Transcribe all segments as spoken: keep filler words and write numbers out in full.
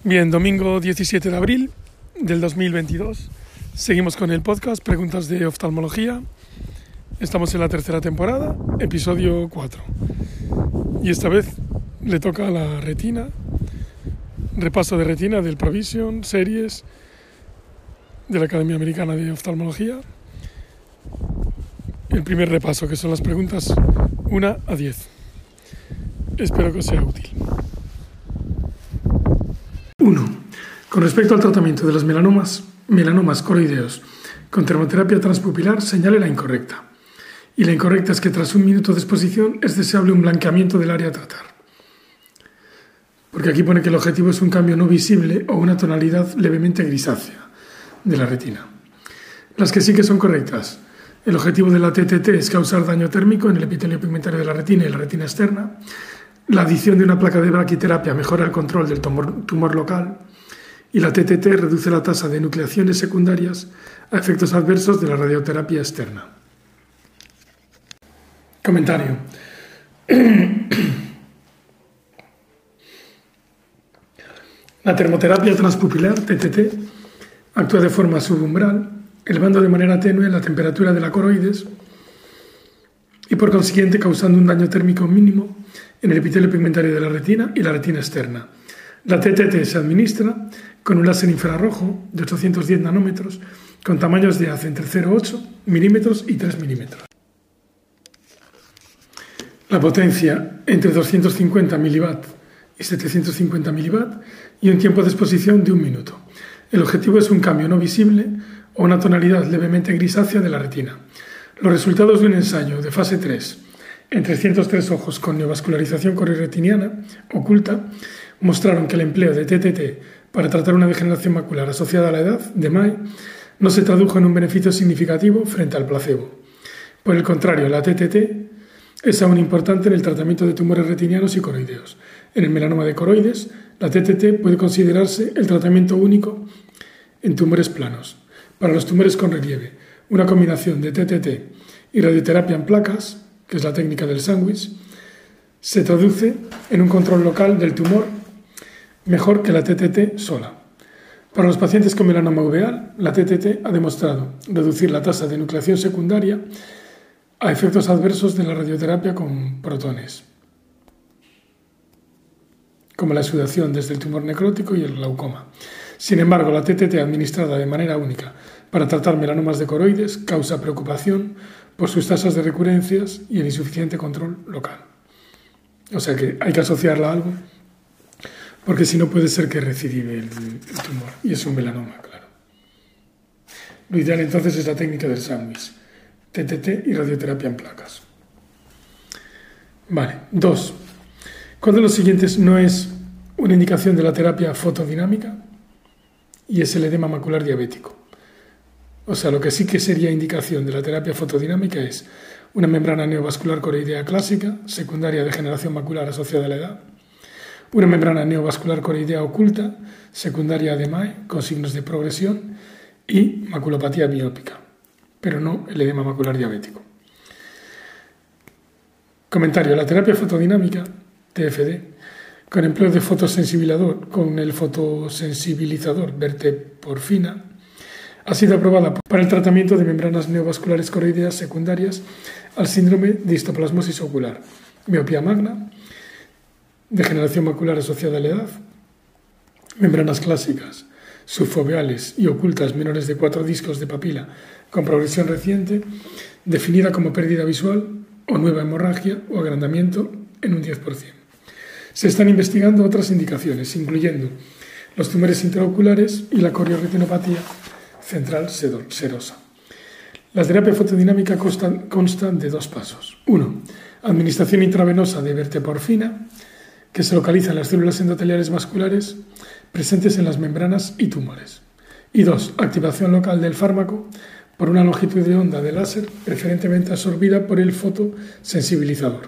Bien, domingo diecisiete de abril del dos mil veintidós. Seguimos con el podcast Preguntas de Oftalmología. Estamos en la tercera temporada, episodio cuatro. Y esta vez le toca a la retina, repaso de retina del Provision, series de la Academia Americana de Oftalmología. El primer repaso, que son las preguntas uno a diez. Espero que os sea útil. uno. Con respecto al tratamiento de los melanomas, melanomas coroideos con termoterapia transpupilar, señale la incorrecta. Y la incorrecta es que tras un minuto de exposición es deseable un blanqueamiento del área a tratar. Porque aquí pone que el objetivo es un cambio no visible o una tonalidad levemente grisácea de la retina. Las que sí que son correctas. El objetivo de la T T T es causar daño térmico en el epitelio pigmentario de la retina y la retina externa. La adición de una placa de braquiterapia mejora el control del tumor, tumor local. Y la T T T reduce la tasa de nucleaciones secundarias a efectos adversos de la radioterapia externa. Comentario. La termoterapia transpupilar, T T T, actúa de forma subumbral, elevando de manera tenue la temperatura de la coroides y por consiguiente causando un daño térmico mínimo en el epitelio pigmentario de la retina y la retina externa. La T T T se administra con un láser infrarrojo de ochocientos diez nanómetros con tamaños de haz entre cero coma ocho milímetros y tres milímetros. La potencia entre doscientos cincuenta milivatts y setecientos cincuenta milivatts y un tiempo de exposición de un minuto. El objetivo es un cambio no visible o una tonalidad levemente grisácea de la retina. Los resultados de un ensayo de fase tres en trescientos tres ojos con neovascularización coroirretiniana oculta mostraron que el empleo de T T T para tratar una degeneración macular asociada a la edad, de M A E, no se tradujo en un beneficio significativo frente al placebo. Por el contrario, la T T T es aún importante en el tratamiento de tumores retinianos y coroideos. En el melanoma de coroides, la T T T puede considerarse el tratamiento único en tumores planos. Para los tumores con relieve, una combinación de T T T y radioterapia en placas, que es la técnica del sándwich, se traduce en un control local del tumor mejor que la T T T sola. Para los pacientes con melanoma uveal, la T T T ha demostrado reducir la tasa de nucleación secundaria a efectos adversos de la radioterapia con protones, como la exudación desde el tumor necrótico y el glaucoma. Sin embargo, la T T T administrada de manera única para tratar melanomas de coroides causa preocupación por sus tasas de recurrencias y el insuficiente control local. O sea que hay que asociarla a algo, porque si no puede ser que recidive el, el tumor, y es un melanoma, claro. Lo ideal entonces es la técnica del sándwich, T T T y radioterapia en placas. Vale, dos. ¿Cuál de los siguientes no es una indicación de la terapia fotodinámica? Y es el edema macular diabético. O sea, lo que sí que sería indicación de la terapia fotodinámica es una membrana neovascular coroidea clásica, secundaria de degeneración macular asociada a la edad, una membrana neovascular coroidea oculta, secundaria de M A E, con signos de progresión, y maculopatía miópica, pero no el edema macular diabético. Comentario. La terapia fotodinámica, T F D, con empleo de fotosensibilizador, con el fotosensibilizador verteporfina, ha sido aprobada para el tratamiento de membranas neovasculares coroideas secundarias al síndrome de histoplasmosis ocular, miopía magna, degeneración macular asociada a la edad, membranas clásicas, subfoveales y ocultas menores de cuatro discos de papila con progresión reciente, definida como pérdida visual o nueva hemorragia o agrandamiento en un diez por ciento. Se están investigando otras indicaciones, incluyendo los tumores intraoculares y la corioretinopatía central serosa. La terapia fotodinámica consta, consta de dos pasos. Uno, administración intravenosa de verteporfina, que se localiza en las células endoteliales vasculares presentes en las membranas y tumores. Y dos, activación local del fármaco por una longitud de onda de láser preferentemente absorbida por el fotosensibilizador.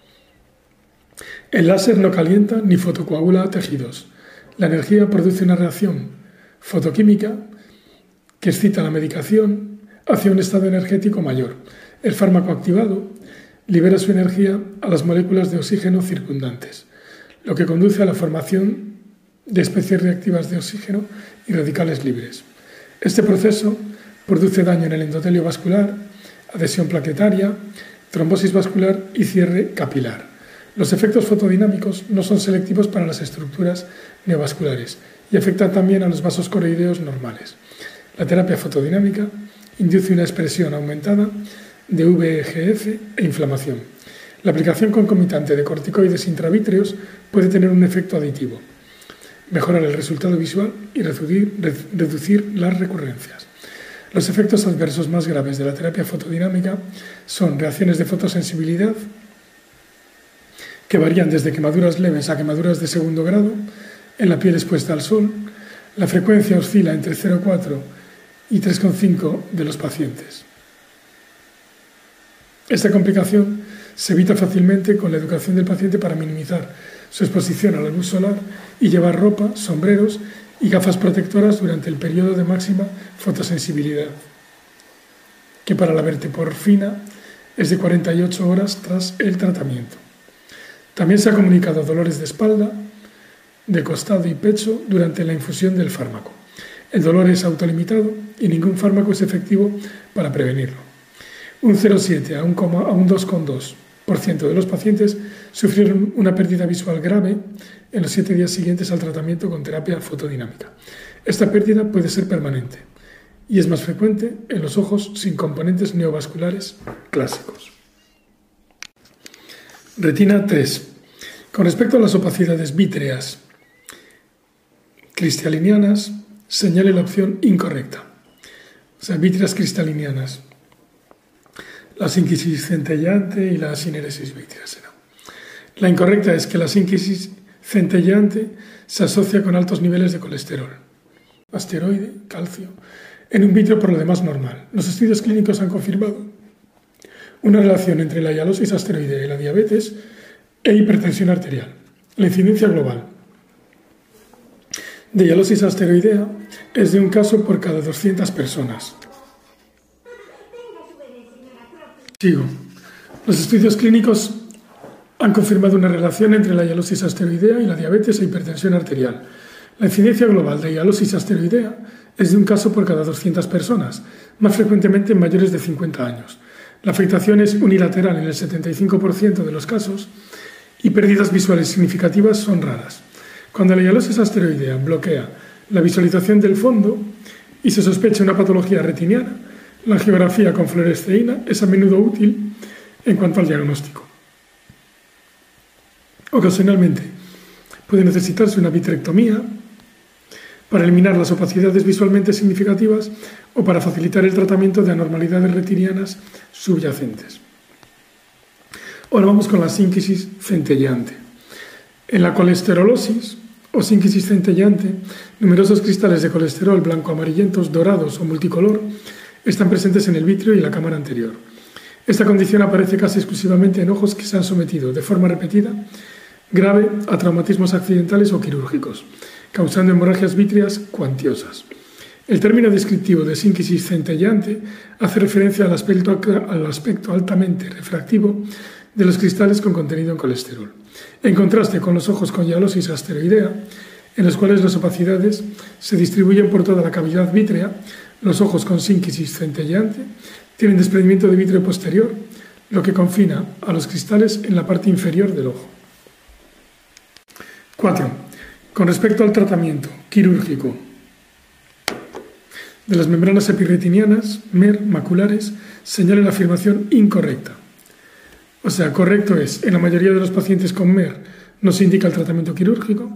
El láser no calienta ni fotocoagula tejidos. La energía produce una reacción fotoquímica que excita la medicación hacia un estado energético mayor. El fármaco activado libera su energía a las moléculas de oxígeno circundantes, lo que conduce a la formación de especies reactivas de oxígeno y radicales libres. Este proceso produce daño en el endotelio vascular, adhesión plaquetaria, trombosis vascular y cierre capilar. Los efectos fotodinámicos no son selectivos para las estructuras neovasculares y afectan también a los vasos coroideos normales. La terapia fotodinámica induce una expresión aumentada de V E G F e inflamación. La aplicación concomitante de corticoides intravítreos puede tener un efecto aditivo, mejorar el resultado visual y reducir, reducir las recurrencias. Los efectos adversos más graves de la terapia fotodinámica son reacciones de fotosensibilidad que varían desde quemaduras leves a quemaduras de segundo grado en la piel expuesta al sol. La frecuencia oscila entre cero coma cuatro y tres coma cinco de los pacientes. Esta complicación se evita fácilmente con la educación del paciente para minimizar su exposición a la luz solar y llevar ropa, sombreros y gafas protectoras durante el periodo de máxima fotosensibilidad, que para la verteporfina es de cuarenta y ocho horas tras el tratamiento. También se ha comunicado dolores de espalda, de costado y pecho durante la infusión del fármaco. El dolor es autolimitado y ningún fármaco es efectivo para prevenirlo. Un cero coma siete a un dos coma dos por ciento de los pacientes sufrieron una pérdida visual grave en los siete días siguientes al tratamiento con terapia fotodinámica. Esta pérdida puede ser permanente y es más frecuente en los ojos sin componentes neovasculares clásicos. Retina tres. Con respecto a las opacidades vítreas cristalinianas, señale la opción incorrecta. O sea, vítreas cristalinianas. La sínquisis centelleante y la sineresis vítrea. La incorrecta es que la sínquisis centelleante se asocia con altos niveles de colesterol, asteroide, calcio, en un vítreo por lo demás normal. Los estudios clínicos han confirmado una relación entre la hialosis asteroidea y la diabetes e hipertensión arterial. La incidencia global de hialosis asteroidea es de un caso por cada doscientas personas. Sigo. Los estudios clínicos han confirmado una relación entre la hialosis asteroidea y la diabetes e hipertensión arterial. La incidencia global de hialosis asteroidea es de un caso por cada doscientas personas, más frecuentemente en mayores de cincuenta años. La afectación es unilateral en el setenta y cinco por ciento de los casos y pérdidas visuales significativas son raras. Cuando la hialosis asteroidea bloquea la visualización del fondo y se sospecha una patología retiniana, la angiografía con fluoresceína es a menudo útil en cuanto al diagnóstico. Ocasionalmente puede necesitarse una vitrectomía para eliminar las opacidades visualmente significativas o para facilitar el tratamiento de anormalidades retinianas subyacentes. Ahora vamos con la sínquisis centelleante. En la colesterolosis o sínquisis centelleante, numerosos cristales de colesterol blanco-amarillentos, dorados o multicolor están presentes en el vítreo y la cámara anterior. Esta condición aparece casi exclusivamente en ojos que se han sometido de forma repetida grave a traumatismos accidentales o quirúrgicos, causando hemorragias vítreas cuantiosas. El término descriptivo de sínquisis centelleante hace referencia al aspecto, al aspecto altamente refractivo de los cristales con contenido en colesterol, en contraste con los ojos con hialosis asteroidea, en los cuales las opacidades se distribuyen por toda la cavidad vítrea. Los ojos con sínquisis centelleante tienen desprendimiento de vítreo posterior, lo que confina a los cristales en la parte inferior del ojo. cuatro. Con respecto al tratamiento quirúrgico de las membranas epirretinianas, M E R, maculares, señala la afirmación incorrecta. O sea, correcto es, en la mayoría de los pacientes con M E R no se indica el tratamiento quirúrgico.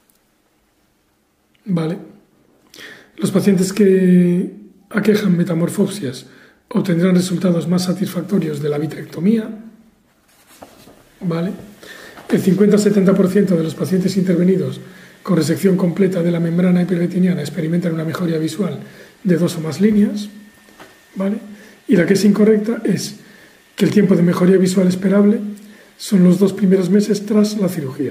Vale. Los pacientes que aquejan metamorfopsias obtendrán resultados más satisfactorios de la vitrectomía. Vale. El cincuenta a setenta por ciento de los pacientes intervenidos con resección completa de la membrana epirretiniana experimentan una mejoría visual de dos o más líneas. ¿Vale? Y la que es incorrecta es que el tiempo de mejoría visual esperable son los dos primeros meses tras la cirugía.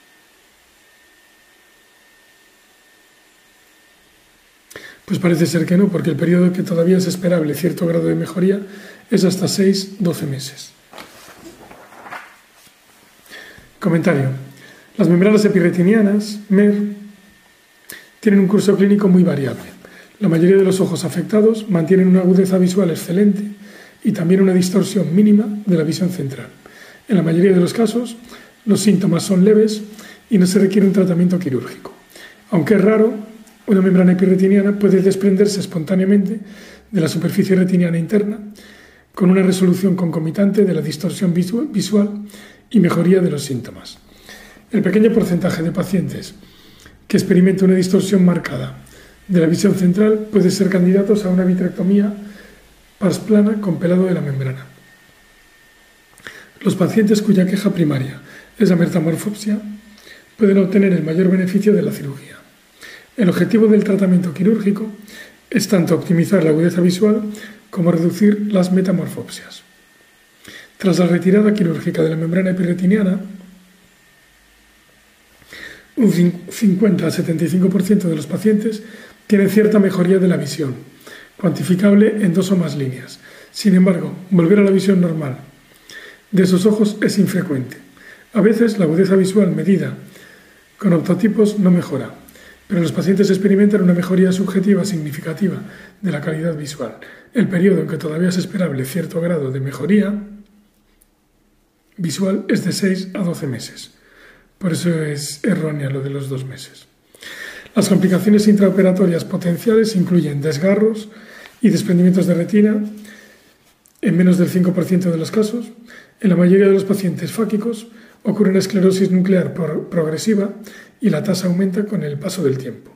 Pues parece ser que no, porque el periodo que todavía es esperable cierto grado de mejoría es hasta seis a doce meses. Comentario. Las membranas epirretinianas, M E R, tienen un curso clínico muy variable. La mayoría de los ojos afectados mantienen una agudeza visual excelente y también una distorsión mínima de la visión central. En la mayoría de los casos, los síntomas son leves y no se requiere un tratamiento quirúrgico. Aunque es raro, una membrana epirretiniana puede desprenderse espontáneamente de la superficie retiniana interna con una resolución concomitante de la distorsión visual y mejoría de los síntomas. El pequeño porcentaje de pacientes que experimenta una distorsión marcada de la visión central puede ser candidatos a una vitrectomía parsplana con pelado de la membrana. Los pacientes cuya queja primaria es la metamorfopsia pueden obtener el mayor beneficio de la cirugía. El objetivo del tratamiento quirúrgico es tanto optimizar la agudeza visual como reducir las metamorfopsias. Tras la retirada quirúrgica de la membrana epirretiniana, un cincuenta a setenta y cinco por ciento de los pacientes tienen cierta mejoría de la visión, cuantificable en dos o más líneas. Sin embargo, volver a la visión normal de esos ojos es infrecuente. A veces la agudeza visual medida con optotipos no mejora, pero los pacientes experimentan una mejoría subjetiva significativa de la calidad visual. El periodo en que todavía es esperable cierto grado de mejoría visual es de seis a doce meses. Por eso es errónea lo de los dos meses. Las complicaciones intraoperatorias potenciales incluyen desgarros y desprendimientos de retina en menos del cinco por ciento de los casos. En la mayoría de los pacientes fáquicos ocurre una esclerosis nuclear progresiva y la tasa aumenta con el paso del tiempo.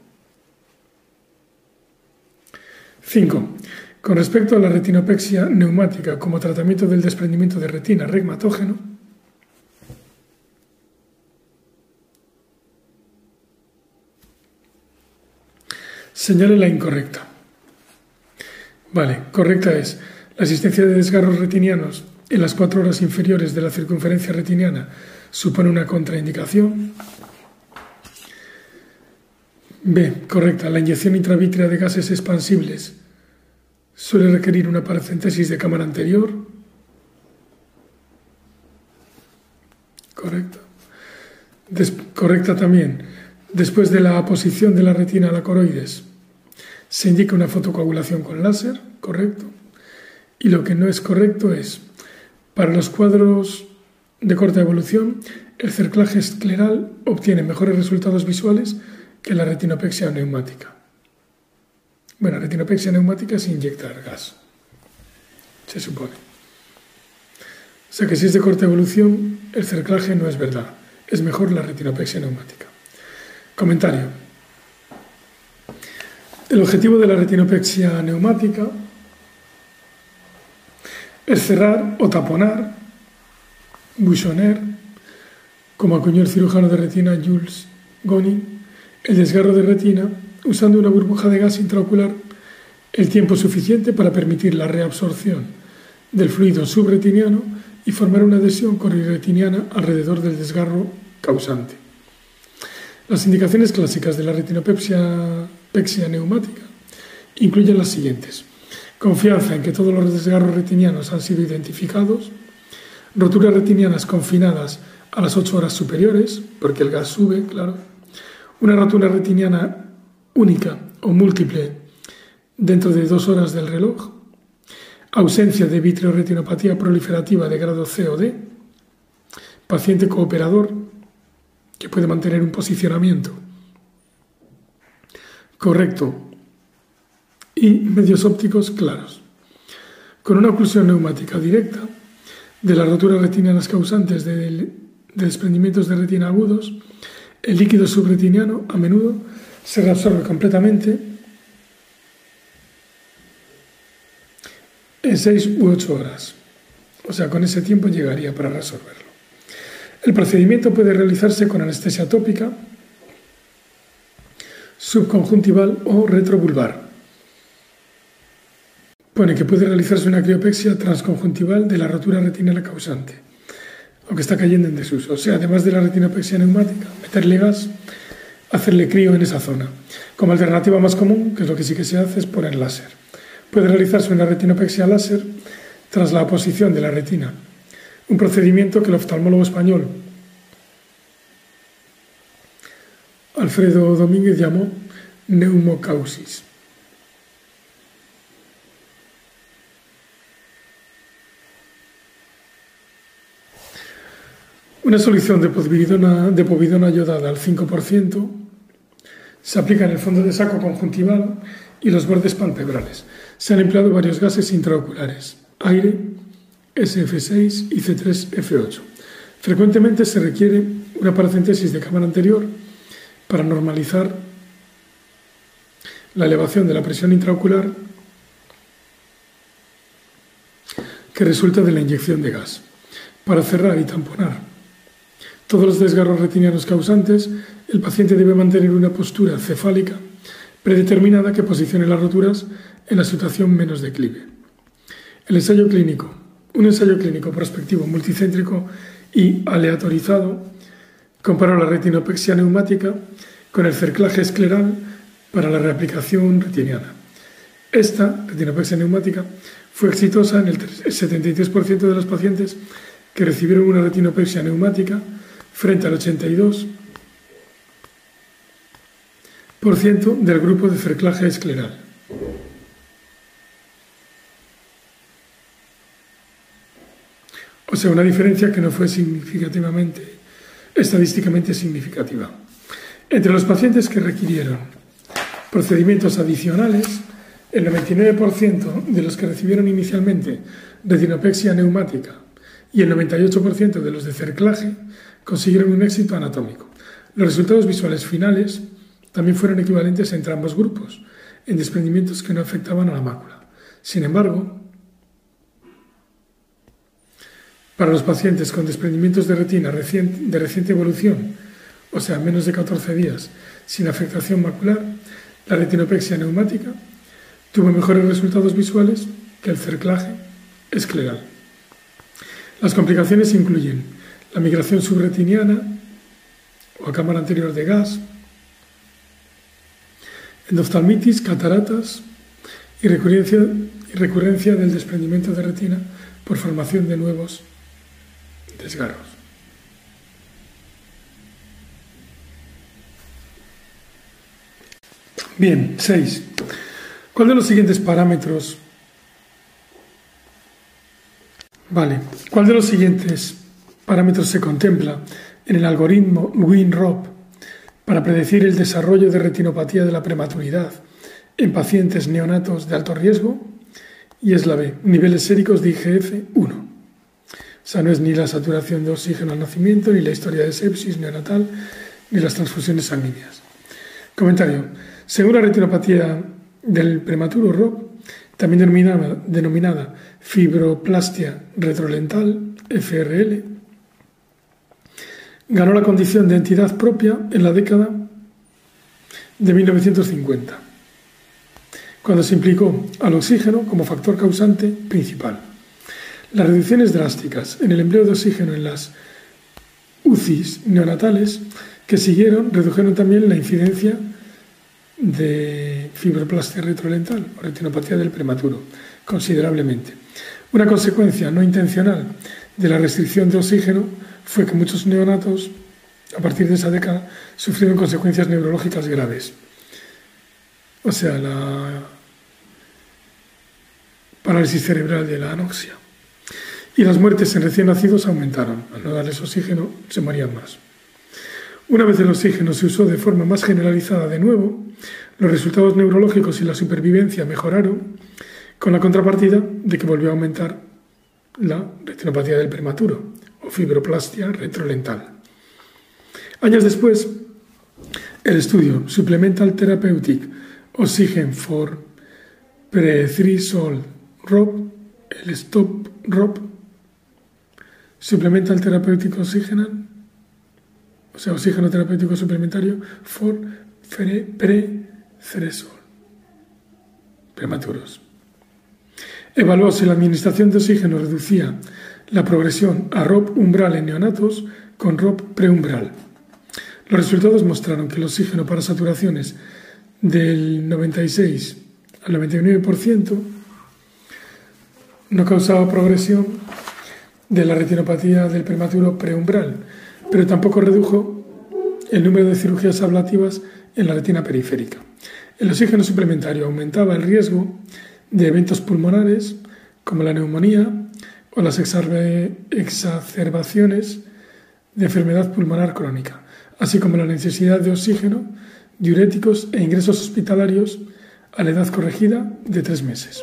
cinco. Con respecto a la retinopexia neumática como tratamiento del desprendimiento de retina regmatógeno, señale la incorrecta. Vale, correcta es la existencia de desgarros retinianos en las cuatro horas inferiores de la circunferencia retiniana supone una contraindicación. B, correcta, la inyección intravítrea de gases expansibles suele requerir una paracentesis de cámara anterior. Correcta. Des- correcta también. Después de la aposición de la retina a la coroides, se indica una fotocoagulación con láser, correcto. Y lo que no es correcto es, para los cuadros de corta evolución, el cerclaje escleral obtiene mejores resultados visuales que la retinopexia neumática. Bueno, retinopexia neumática es inyectar gas, se supone. O sea que si es de corta evolución, el cerclaje no es verdad. Es mejor la retinopexia neumática. Comentario. El objetivo de la retinopexia neumática es cerrar o taponar, bouchonner, como acuñó el cirujano de retina Jules Gonin, el desgarro de retina usando una burbuja de gas intraocular el tiempo suficiente para permitir la reabsorción del fluido subretiniano y formar una adhesión corioretiniana alrededor del desgarro causante. Las indicaciones clásicas de la retinopexia pexia neumática incluyen las siguientes: confianza en que todos los desgarros retinianos han sido identificados, roturas retinianas confinadas a las ocho horas superiores, porque el gas sube, claro, una rotura retiniana única o múltiple dentro de dos horas del reloj, ausencia de vitreoretinopatía proliferativa de grado C o D, paciente cooperador que puede mantener un posicionamiento correcto y medios ópticos claros. Con una oclusión neumática directa de las roturas retinianas causantes de, de desprendimientos de retina agudos, el líquido subretiniano a menudo se reabsorbe completamente en seis u ocho horas. O sea, con ese tiempo llegaría para resolverlo. El procedimiento puede realizarse con anestesia tópica, subconjuntival o retrovulvar. Pone que puede realizarse una criopexia transconjuntival de la rotura retinal causante, aunque está cayendo en desuso. O sea, además de la retinopexia neumática, meterle gas, hacerle crío en esa zona. Como alternativa más común, que es lo que sí que se hace, es poner láser. Puede realizarse una retinopexia láser tras la aposición de la retina, un procedimiento que el oftalmólogo español Alfredo Domínguez llamó pneumocausis. Una solución de povidona, de povidona yodada al cinco por ciento se aplica en el fondo de saco conjuntival y los bordes palpebrales. Se han empleado varios gases intraoculares, aire, ese efe seis y ce tres efe ocho. Frecuentemente se requiere una paracentesis de cámara anterior para normalizar la elevación de la presión intraocular que resulta de la inyección de gas. Para cerrar y tamponar todos los desgarros retinianos causantes, el paciente debe mantener una postura cefálica predeterminada que posicione las roturas en la situación menos declive. El ensayo clínico. Un ensayo clínico prospectivo multicéntrico y aleatorizado comparó la retinopexia neumática con el cerclaje escleral para la reaplicación retiniana. Esta retinopexia neumática fue exitosa en el setenta y tres por ciento de los pacientes que recibieron una retinopexia neumática frente al ochenta y dos por ciento del grupo de cerclaje escleral. O sea, una diferencia que no fue significativamente, estadísticamente significativa. Entre los pacientes que requirieron procedimientos adicionales, el noventa y nueve por ciento de los que recibieron inicialmente retinopexia neumática y el noventa y ocho por ciento de los de cerclaje consiguieron un éxito anatómico. Los resultados visuales finales también fueron equivalentes entre ambos grupos, en desprendimientos que no afectaban a la mácula. Sin embargo, para los pacientes con desprendimientos de retina de reciente evolución, o sea, menos de catorce días, sin afectación macular, la retinopexia neumática tuvo mejores resultados visuales que el cerclaje escleral. Las complicaciones incluyen la migración subretiniana o a cámara anterior de gas, endoftalmitis, cataratas y recurrencia, y recurrencia del desprendimiento de retina por formación de nuevos desgarros. Bien, seis. ¿Cuál de los siguientes parámetros? Vale, ¿cuál de los siguientes parámetros se contempla en el algoritmo Wien-Robb para predecir el desarrollo de retinopatía de la prematuridad en pacientes neonatos de alto riesgo? Y es la B, niveles séricos de I G F uno. O sea, no es ni la saturación de oxígeno al nacimiento, ni la historia de sepsis neonatal, ni las transfusiones sanguíneas. Comentario. Según la retinopatía del prematuro Robb, también denominada, denominada fibroplastia retrolental, F R L, ganó la condición de entidad propia en la década de mil novecientos cincuenta, cuando se implicó al oxígeno como factor causante principal. Las reducciones drásticas en el empleo de oxígeno en las U C Is neonatales que siguieron redujeron también la incidencia de fibroplastia retrolental o retinopatía del prematuro considerablemente. Una consecuencia no intencional de la restricción de oxígeno fue que muchos neonatos, a partir de esa década, sufrieron consecuencias neurológicas graves. O sea, la parálisis cerebral de la anoxia. Y las muertes en recién nacidos aumentaron. Al no darles oxígeno, se morían más. Una vez el oxígeno se usó de forma más generalizada de nuevo, los resultados neurológicos y la supervivencia mejoraron, con la contrapartida de que volvió a aumentar la retinopatía del prematuro o fibroplastia retrolental. Años después, el estudio Supplemental Therapeutic Oxygen for Pre-three-sol Robb, el STOP Robb, Supplemental Therapeutic Oxygen, o sea, oxígeno terapéutico suplementario for pre-three-sol prematuros. Evaluó si la administración de oxígeno reducía la progresión a Robb umbral en neonatos con Robb preumbral. Los resultados mostraron que el oxígeno para saturaciones del noventa y seis al noventa y nueve por ciento no causaba progresión de la retinopatía del prematuro preumbral, pero tampoco redujo el número de cirugías ablativas en la retina periférica. El oxígeno suplementario aumentaba el riesgo de eventos pulmonares como la neumonía o las exacerbaciones de enfermedad pulmonar crónica, así como la necesidad de oxígeno, diuréticos e ingresos hospitalarios a la edad corregida de tres meses.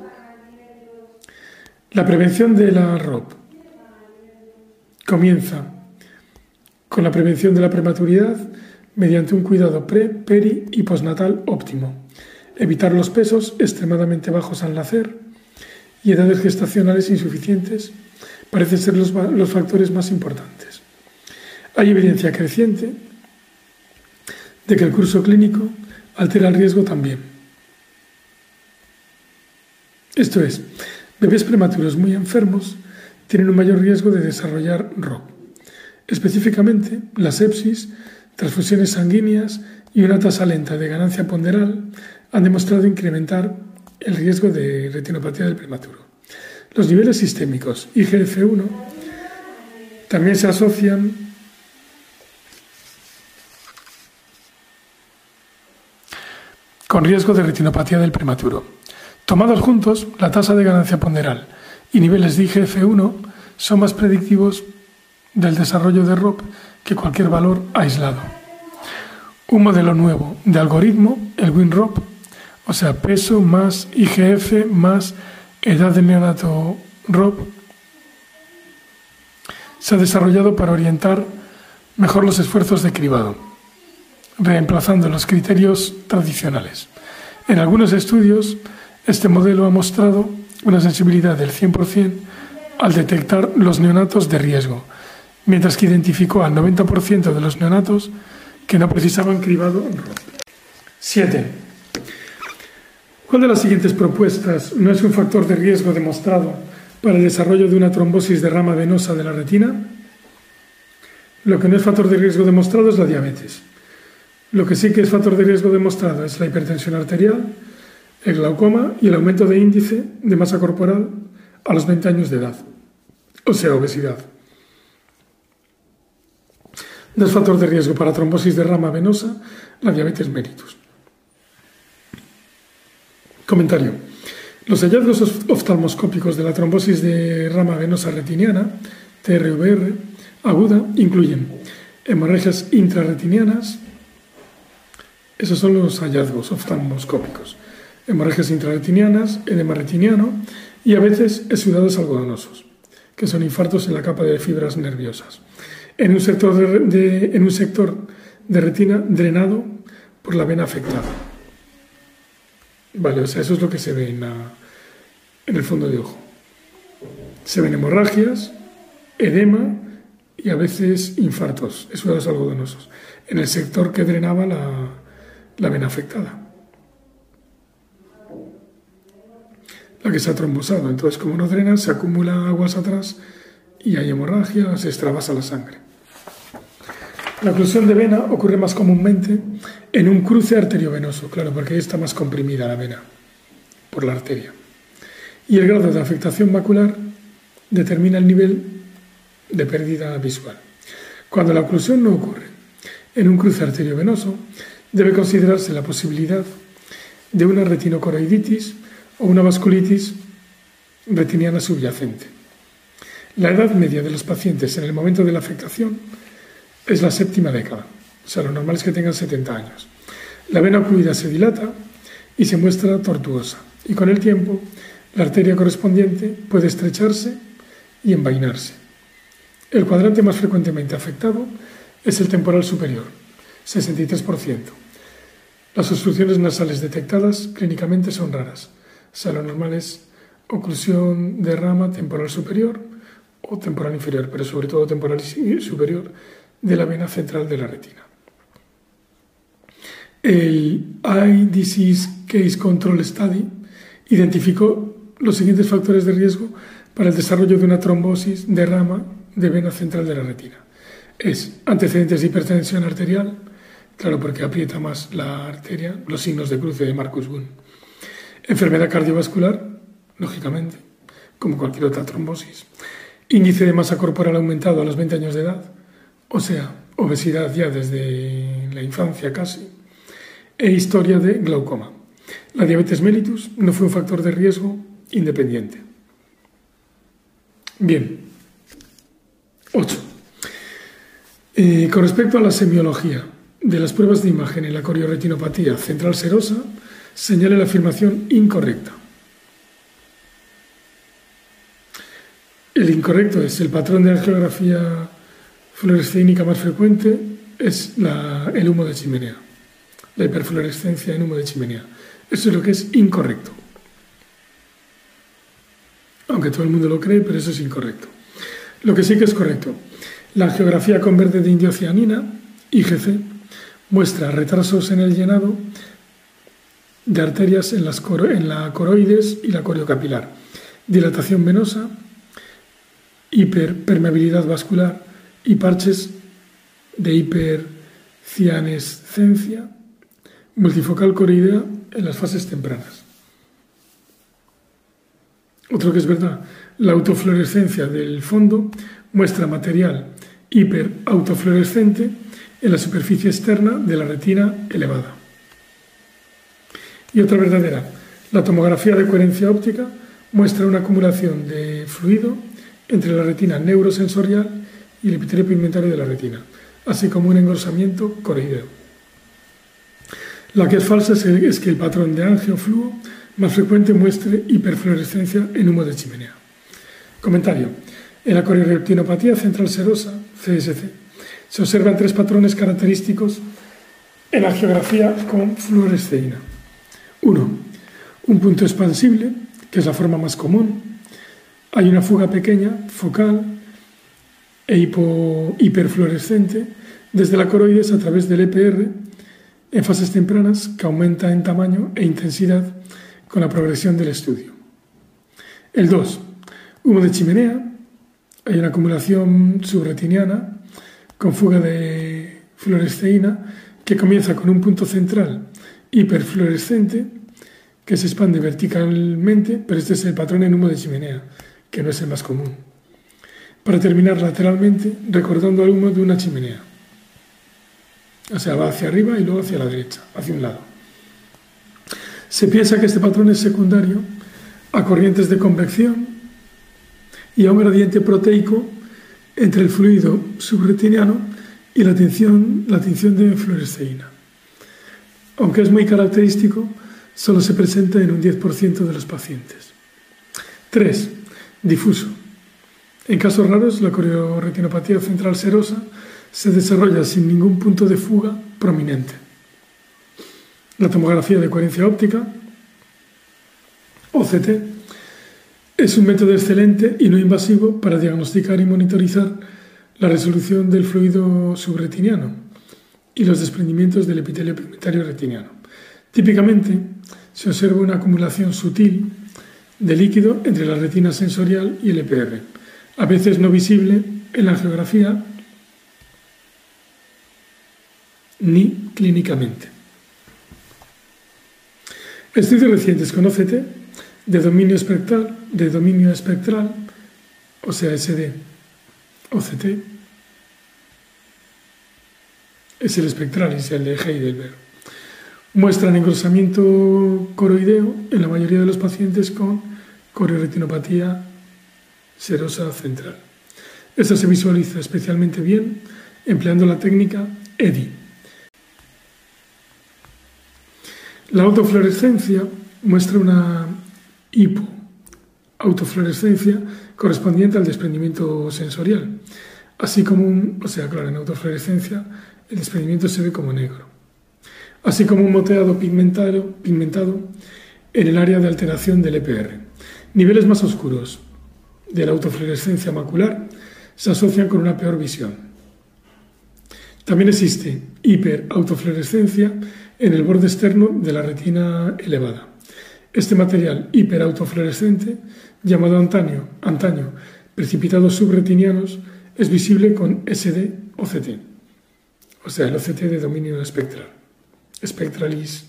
La prevención de la R O P comienza con la prevención de la prematuridad mediante un cuidado pre, peri y postnatal óptimo, evitar los pesos extremadamente bajos al nacer y edades gestacionales insuficientes parecen ser los, los factores más importantes. Hay evidencia creciente de que el curso clínico altera el riesgo también. Esto es, bebés prematuros muy enfermos tienen un mayor riesgo de desarrollar R O P. Específicamente, la sepsis, transfusiones sanguíneas y una tasa lenta de ganancia ponderal han demostrado incrementar el riesgo de retinopatía del prematuro. Los niveles sistémicos I G F uno también se asocian con riesgo de retinopatía del prematuro. Tomados juntos, la tasa de ganancia ponderal y niveles de I G F uno son más predictivos del desarrollo de R O P que cualquier valor aislado. Un modelo nuevo de algoritmo, el WinROP, o sea, peso más I G F más edad de neonato R O P, se ha desarrollado para orientar mejor los esfuerzos de cribado, reemplazando los criterios tradicionales. En algunos estudios, este modelo ha mostrado una sensibilidad del cien por ciento al detectar los neonatos de riesgo, mientras que identificó al noventa por ciento de los neonatos que no precisaban cribado R O P. siete. ¿Cuál de las siguientes propuestas no es un factor de riesgo demostrado para el desarrollo de una trombosis de rama venosa de la retina? Lo que no es factor de riesgo demostrado es la diabetes. Lo que sí que es factor de riesgo demostrado es la hipertensión arterial, el glaucoma y el aumento de índice de masa corporal a los veinte años de edad, o sea, obesidad. No es factor de riesgo para trombosis de rama venosa la diabetes mellitus. Comentario. Los hallazgos oftalmoscópicos de la trombosis de rama venosa retiniana, T R V R, aguda, incluyen hemorragias intrarretinianas. Esos son los hallazgos oftalmoscópicos. Hemorragias intrarretinianas, edema retiniano y a veces exudados algodonosos, que son infartos en la capa de fibras nerviosas, en un sector de, de, en un sector de retina drenado por la vena afectada. Vale, o sea, eso es lo que se ve en, la, en el fondo de ojo. Se ven hemorragias, edema y a veces infartos, exudados algodonosos, en el sector que drenaba la, la vena afectada, la que se ha trombosado. Entonces, como no drena, se acumula aguas atrás y hay hemorragia, se extravasa la sangre. La oclusión de vena ocurre más comúnmente en un cruce arteriovenoso, claro, porque ahí está más comprimida la vena por la arteria. Y el grado de afectación macular determina el nivel de pérdida visual. Cuando la oclusión no ocurre en un cruce arteriovenoso, debe considerarse la posibilidad de una retinocoroiditis o una vasculitis retiniana subyacente. La edad media de los pacientes en el momento de la afectación es la séptima década, o sea, lo normal es que tengan setenta años. La vena ocluida se dilata y se muestra tortuosa, y con el tiempo la arteria correspondiente puede estrecharse y envainarse. El cuadrante más frecuentemente afectado es el temporal superior, sesenta y tres por ciento. Las obstrucciones nasales detectadas clínicamente son raras, o sea, lo normal es oclusión de rama temporal superior o temporal inferior, pero sobre todo temporal superior de la vena central de la retina. El Eye Disease Case Control Study identificó los siguientes factores de riesgo para el desarrollo de una trombosis de rama de vena central de la retina. Es antecedentes de hipertensión arterial, claro, porque aprieta más la arteria, los signos de cruce de Marcus Boone. Enfermedad cardiovascular, lógicamente, como cualquier otra trombosis. Índice de masa corporal aumentado a los veinte años de edad, o sea, obesidad ya desde la infancia casi. e historia de glaucoma. La diabetes mellitus no fue un factor de riesgo independiente. Bien. ocho. Eh, con respecto a la semiología de las pruebas de imagen en la corioretinopatía central serosa, señala la afirmación incorrecta. El incorrecto es el patrón de angiografía fluoresceínica más frecuente es la, el humo de chimenea, la hiperfluorescencia en humo de chimenea. Eso es lo que es incorrecto. Aunque todo el mundo lo cree, pero eso es incorrecto. Lo que sí que es correcto, la angiografía con verde de indocianina, I G C, muestra retrasos en el llenado de arterias en, las coro, en la coroides y la coriocapilar, dilatación venosa, hiperpermeabilidad vascular y parches de hipercianescencia multifocal coroidea en las fases tempranas. Otro que es verdad, la autofluorescencia del fondo muestra material hiperautofluorescente en la superficie externa de la retina elevada. Y otra verdadera, la tomografía de coherencia óptica muestra una acumulación de fluido entre la retina neurosensorial y el epitelio pigmentario de la retina, así como un engrosamiento coroideo. La que es falsa es que el patrón de angiofluo más frecuente muestre hiperfluorescencia en humo de chimenea. Comentario. En la corioretinopatía central serosa, C S C, se observan tres patrones característicos en la angiografía con fluoresceína. uno. Un punto expansible, que es la forma más común. Hay una fuga pequeña, focal e hipo, hiperfluorescente desde la coroides a través del E P R en fases tempranas que aumenta en tamaño e intensidad con la progresión del estudio. El dos. Humo de chimenea. Hay una acumulación subretiniana con fuga de fluoresceína que comienza con un punto central hiperfluorescente que se expande verticalmente, pero este es el patrón en humo de chimenea, que no es el más común, para terminar lateralmente recordando al humo de una chimenea. O sea, va hacia arriba y luego hacia la derecha, hacia un lado. Se piensa que este patrón es secundario a corrientes de convección y a un gradiente proteico entre el fluido subretiniano y la tinción, la tinción de fluoresceína. Aunque es muy característico, solo se presenta en un diez por ciento de los pacientes. tres. Difuso. En casos raros, la corioretinopatía central serosa se desarrolla sin ningún punto de fuga prominente. La tomografía de coherencia óptica, O C T, es un método excelente y no invasivo para diagnosticar y monitorizar la resolución del fluido subretiniano y los desprendimientos del epitelio pigmentario retiniano. Típicamente se observa una acumulación sutil de líquido entre la retina sensorial y el E P R, a veces no visible en la angiografía ni clínicamente. Estudios recientes con O C T de dominio espectral, de dominio espectral, o sea, S D, O C T, es el espectralis, el de Heidelberg, muestran engrosamiento coroideo en la mayoría de los pacientes con corioretinopatía serosa central. Esto se visualiza especialmente bien empleando la técnica E D I. La autofluorescencia muestra una hipoautofluorescencia correspondiente al desprendimiento sensorial, así como un, o sea, claro, en autofluorescencia el desprendimiento se ve como negro, así como un moteado pigmentado, pigmentado en el área de alteración del E P R. Niveles más oscuros de la autofluorescencia macular se asocian con una peor visión. También existe hiperautofluorescencia en el borde externo de la retina elevada. Este material hiperautofluorescente, llamado antaño, antaño precipitados subretinianos, es visible con S D O C T, o sea, el O C T de dominio espectral, Spectralis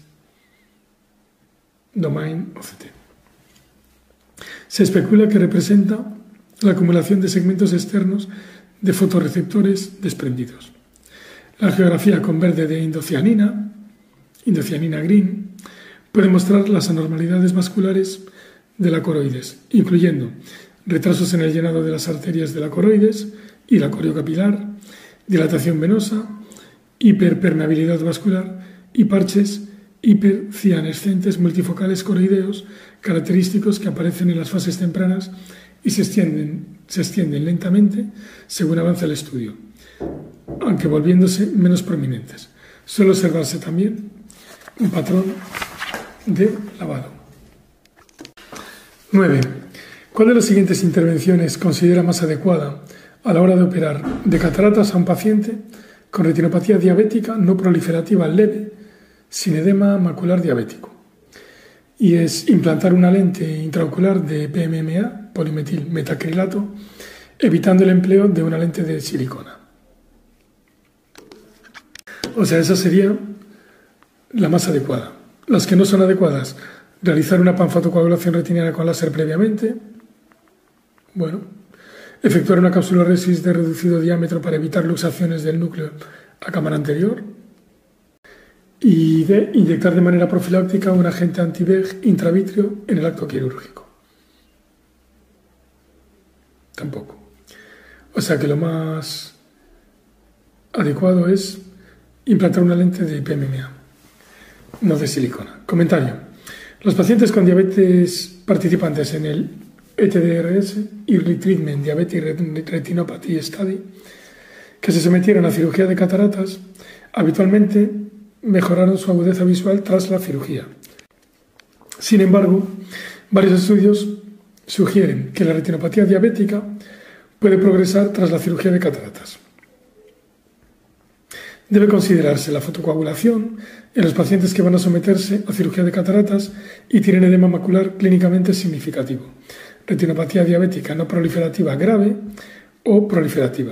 Domain O C T. Se especula que representa la acumulación de segmentos externos de fotorreceptores desprendidos. La angiografía con verde de indocianina, indocianina green, puede mostrar las anormalidades vasculares de la coroides, incluyendo retrasos en el llenado de las arterias de la coroides y la coriocapilar, dilatación venosa, hiperpermeabilidad vascular y parches hipercianescentes multifocales coroideos característicos que aparecen en las fases tempranas y se extienden, se extienden lentamente según avanza el estudio, aunque volviéndose menos prominentes. Suele observarse también un patrón de lavado. nueve. ¿Cuál de las siguientes intervenciones considera más adecuada a la hora de operar de cataratas a un paciente con retinopatía diabética no proliferativa leve sin edema macular diabético? Y es implantar una lente intraocular de P M M A, polimetil metacrilato, evitando el empleo de una lente de silicona. O sea, esa sería la más adecuada. Las que no son adecuadas, realizar una panfotocoagulación retiniana con láser previamente, bueno, efectuar una capsuloresis de reducido diámetro para evitar luxaciones del núcleo a cámara anterior y de inyectar de manera profiláctica un agente anti-V E G intravítrea en el acto quirúrgico. Tampoco. O sea que lo más adecuado es implantar una lente de P M M A, no de silicona. Comentario. Los pacientes con diabetes participantes en el E T D R S, Early Treatment Diabetic Retinopathy Study, que se sometieron a cirugía de cataratas, habitualmente mejoraron su agudeza visual tras la cirugía. Sin embargo, varios estudios sugieren que la retinopatía diabética puede progresar tras la cirugía de cataratas. Debe considerarse la fotocoagulación en los pacientes que van a someterse a cirugía de cataratas y tienen edema macular clínicamente significativo, retinopatía diabética no proliferativa grave o proliferativa.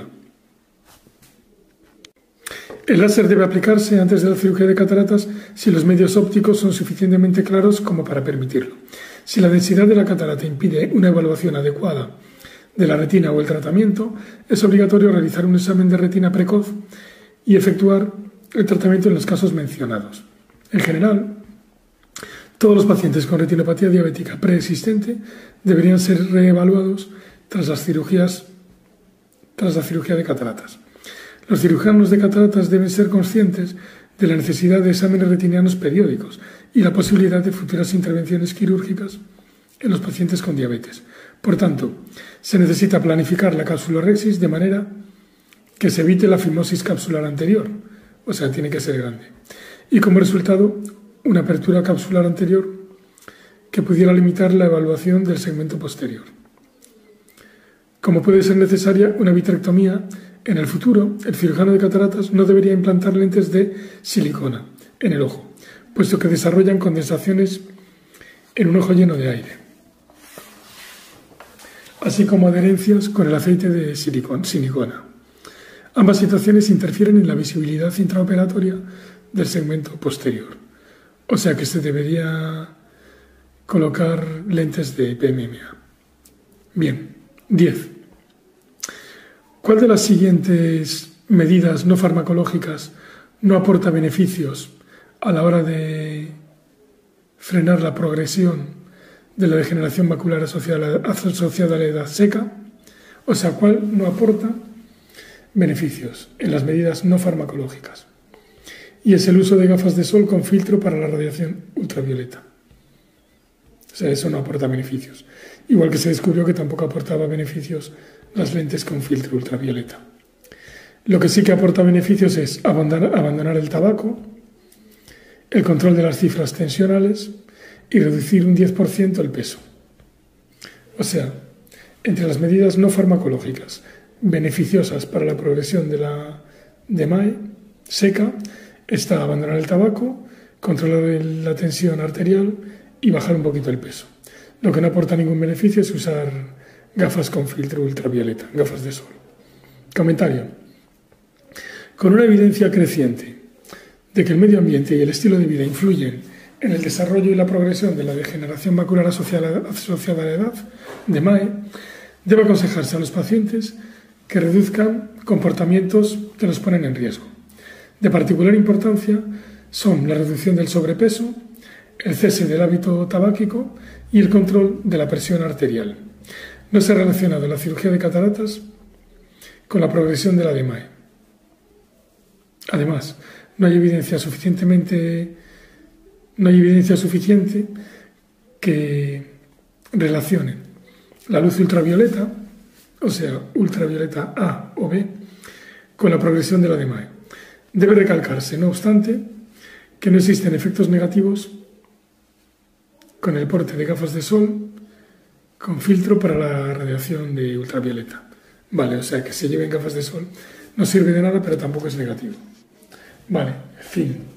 El láser debe aplicarse antes de la cirugía de cataratas si los medios ópticos son suficientemente claros como para permitirlo. Si la densidad de la catarata impide una evaluación adecuada de la retina o el tratamiento, es obligatorio realizar un examen de retina precoz y efectuar el tratamiento en los casos mencionados. En general, todos los pacientes con retinopatía diabética preexistente deberían ser reevaluados tras las cirugías, tras la cirugía de cataratas. Los cirujanos de cataratas deben ser conscientes de la necesidad de exámenes retinianos periódicos y la posibilidad de futuras intervenciones quirúrgicas en los pacientes con diabetes. Por tanto, se necesita planificar la capsulorexis de manera que se evite la fimosis capsular anterior, o sea, tiene que ser grande, y como resultado una apertura capsular anterior que pudiera limitar la evaluación del segmento posterior. Como puede ser necesaria una vitrectomía, en el futuro el cirujano de cataratas no debería implantar lentes de silicona en el ojo, puesto que desarrollan condensaciones en un ojo lleno de aire, así como adherencias con el aceite de silicona. Ambas situaciones interfieren en la visibilidad intraoperatoria del segmento posterior, o sea que se debería colocar lentes de P M M A. Bien, diez. ¿Cuál de las siguientes medidas no farmacológicas no aporta beneficios a la hora de frenar la progresión de la degeneración macular asociada a la edad seca? O sea, ¿cuál no aporta beneficios en las medidas no farmacológicas? Y es el uso de gafas de sol con filtro para la radiación ultravioleta. O sea, eso no aporta beneficios. Igual que se descubrió que tampoco aportaba beneficios las lentes con filtro ultravioleta. Lo que sí que aporta beneficios es abandonar, abandonar el tabaco, el control de las cifras tensionales y reducir un diez por ciento el peso. O sea, entre las medidas no farmacológicas beneficiosas para la progresión de la de M A E seca está abandonar el tabaco, controlar la tensión arterial y bajar un poquito el peso. Lo que no aporta ningún beneficio es usar gafas con filtro ultravioleta, gafas de sol. Comentario. Con una evidencia creciente de que el medio ambiente y el estilo de vida influyen en el desarrollo y la progresión de la degeneración macular asociada, asociada a la edad de M A E, debe aconsejarse a los pacientes que reduzcan comportamientos que los ponen en riesgo. De particular importancia son la reducción del sobrepeso, el cese del hábito tabáquico y el control de la presión arterial. No se ha relacionado la cirugía de cataratas con la progresión de la D M A E. Además, no hay evidencia suficientemente, no hay evidencia suficiente que relacione la luz ultravioleta, o sea, ultravioleta A o B, con la progresión de la D M A E. Debe recalcarse, no obstante, que no existen efectos negativos con el porte de gafas de sol con filtro para la radiación de ultravioleta. Vale, o sea que se lleven gafas de sol no sirve de nada, pero tampoco es negativo. Vale, fin.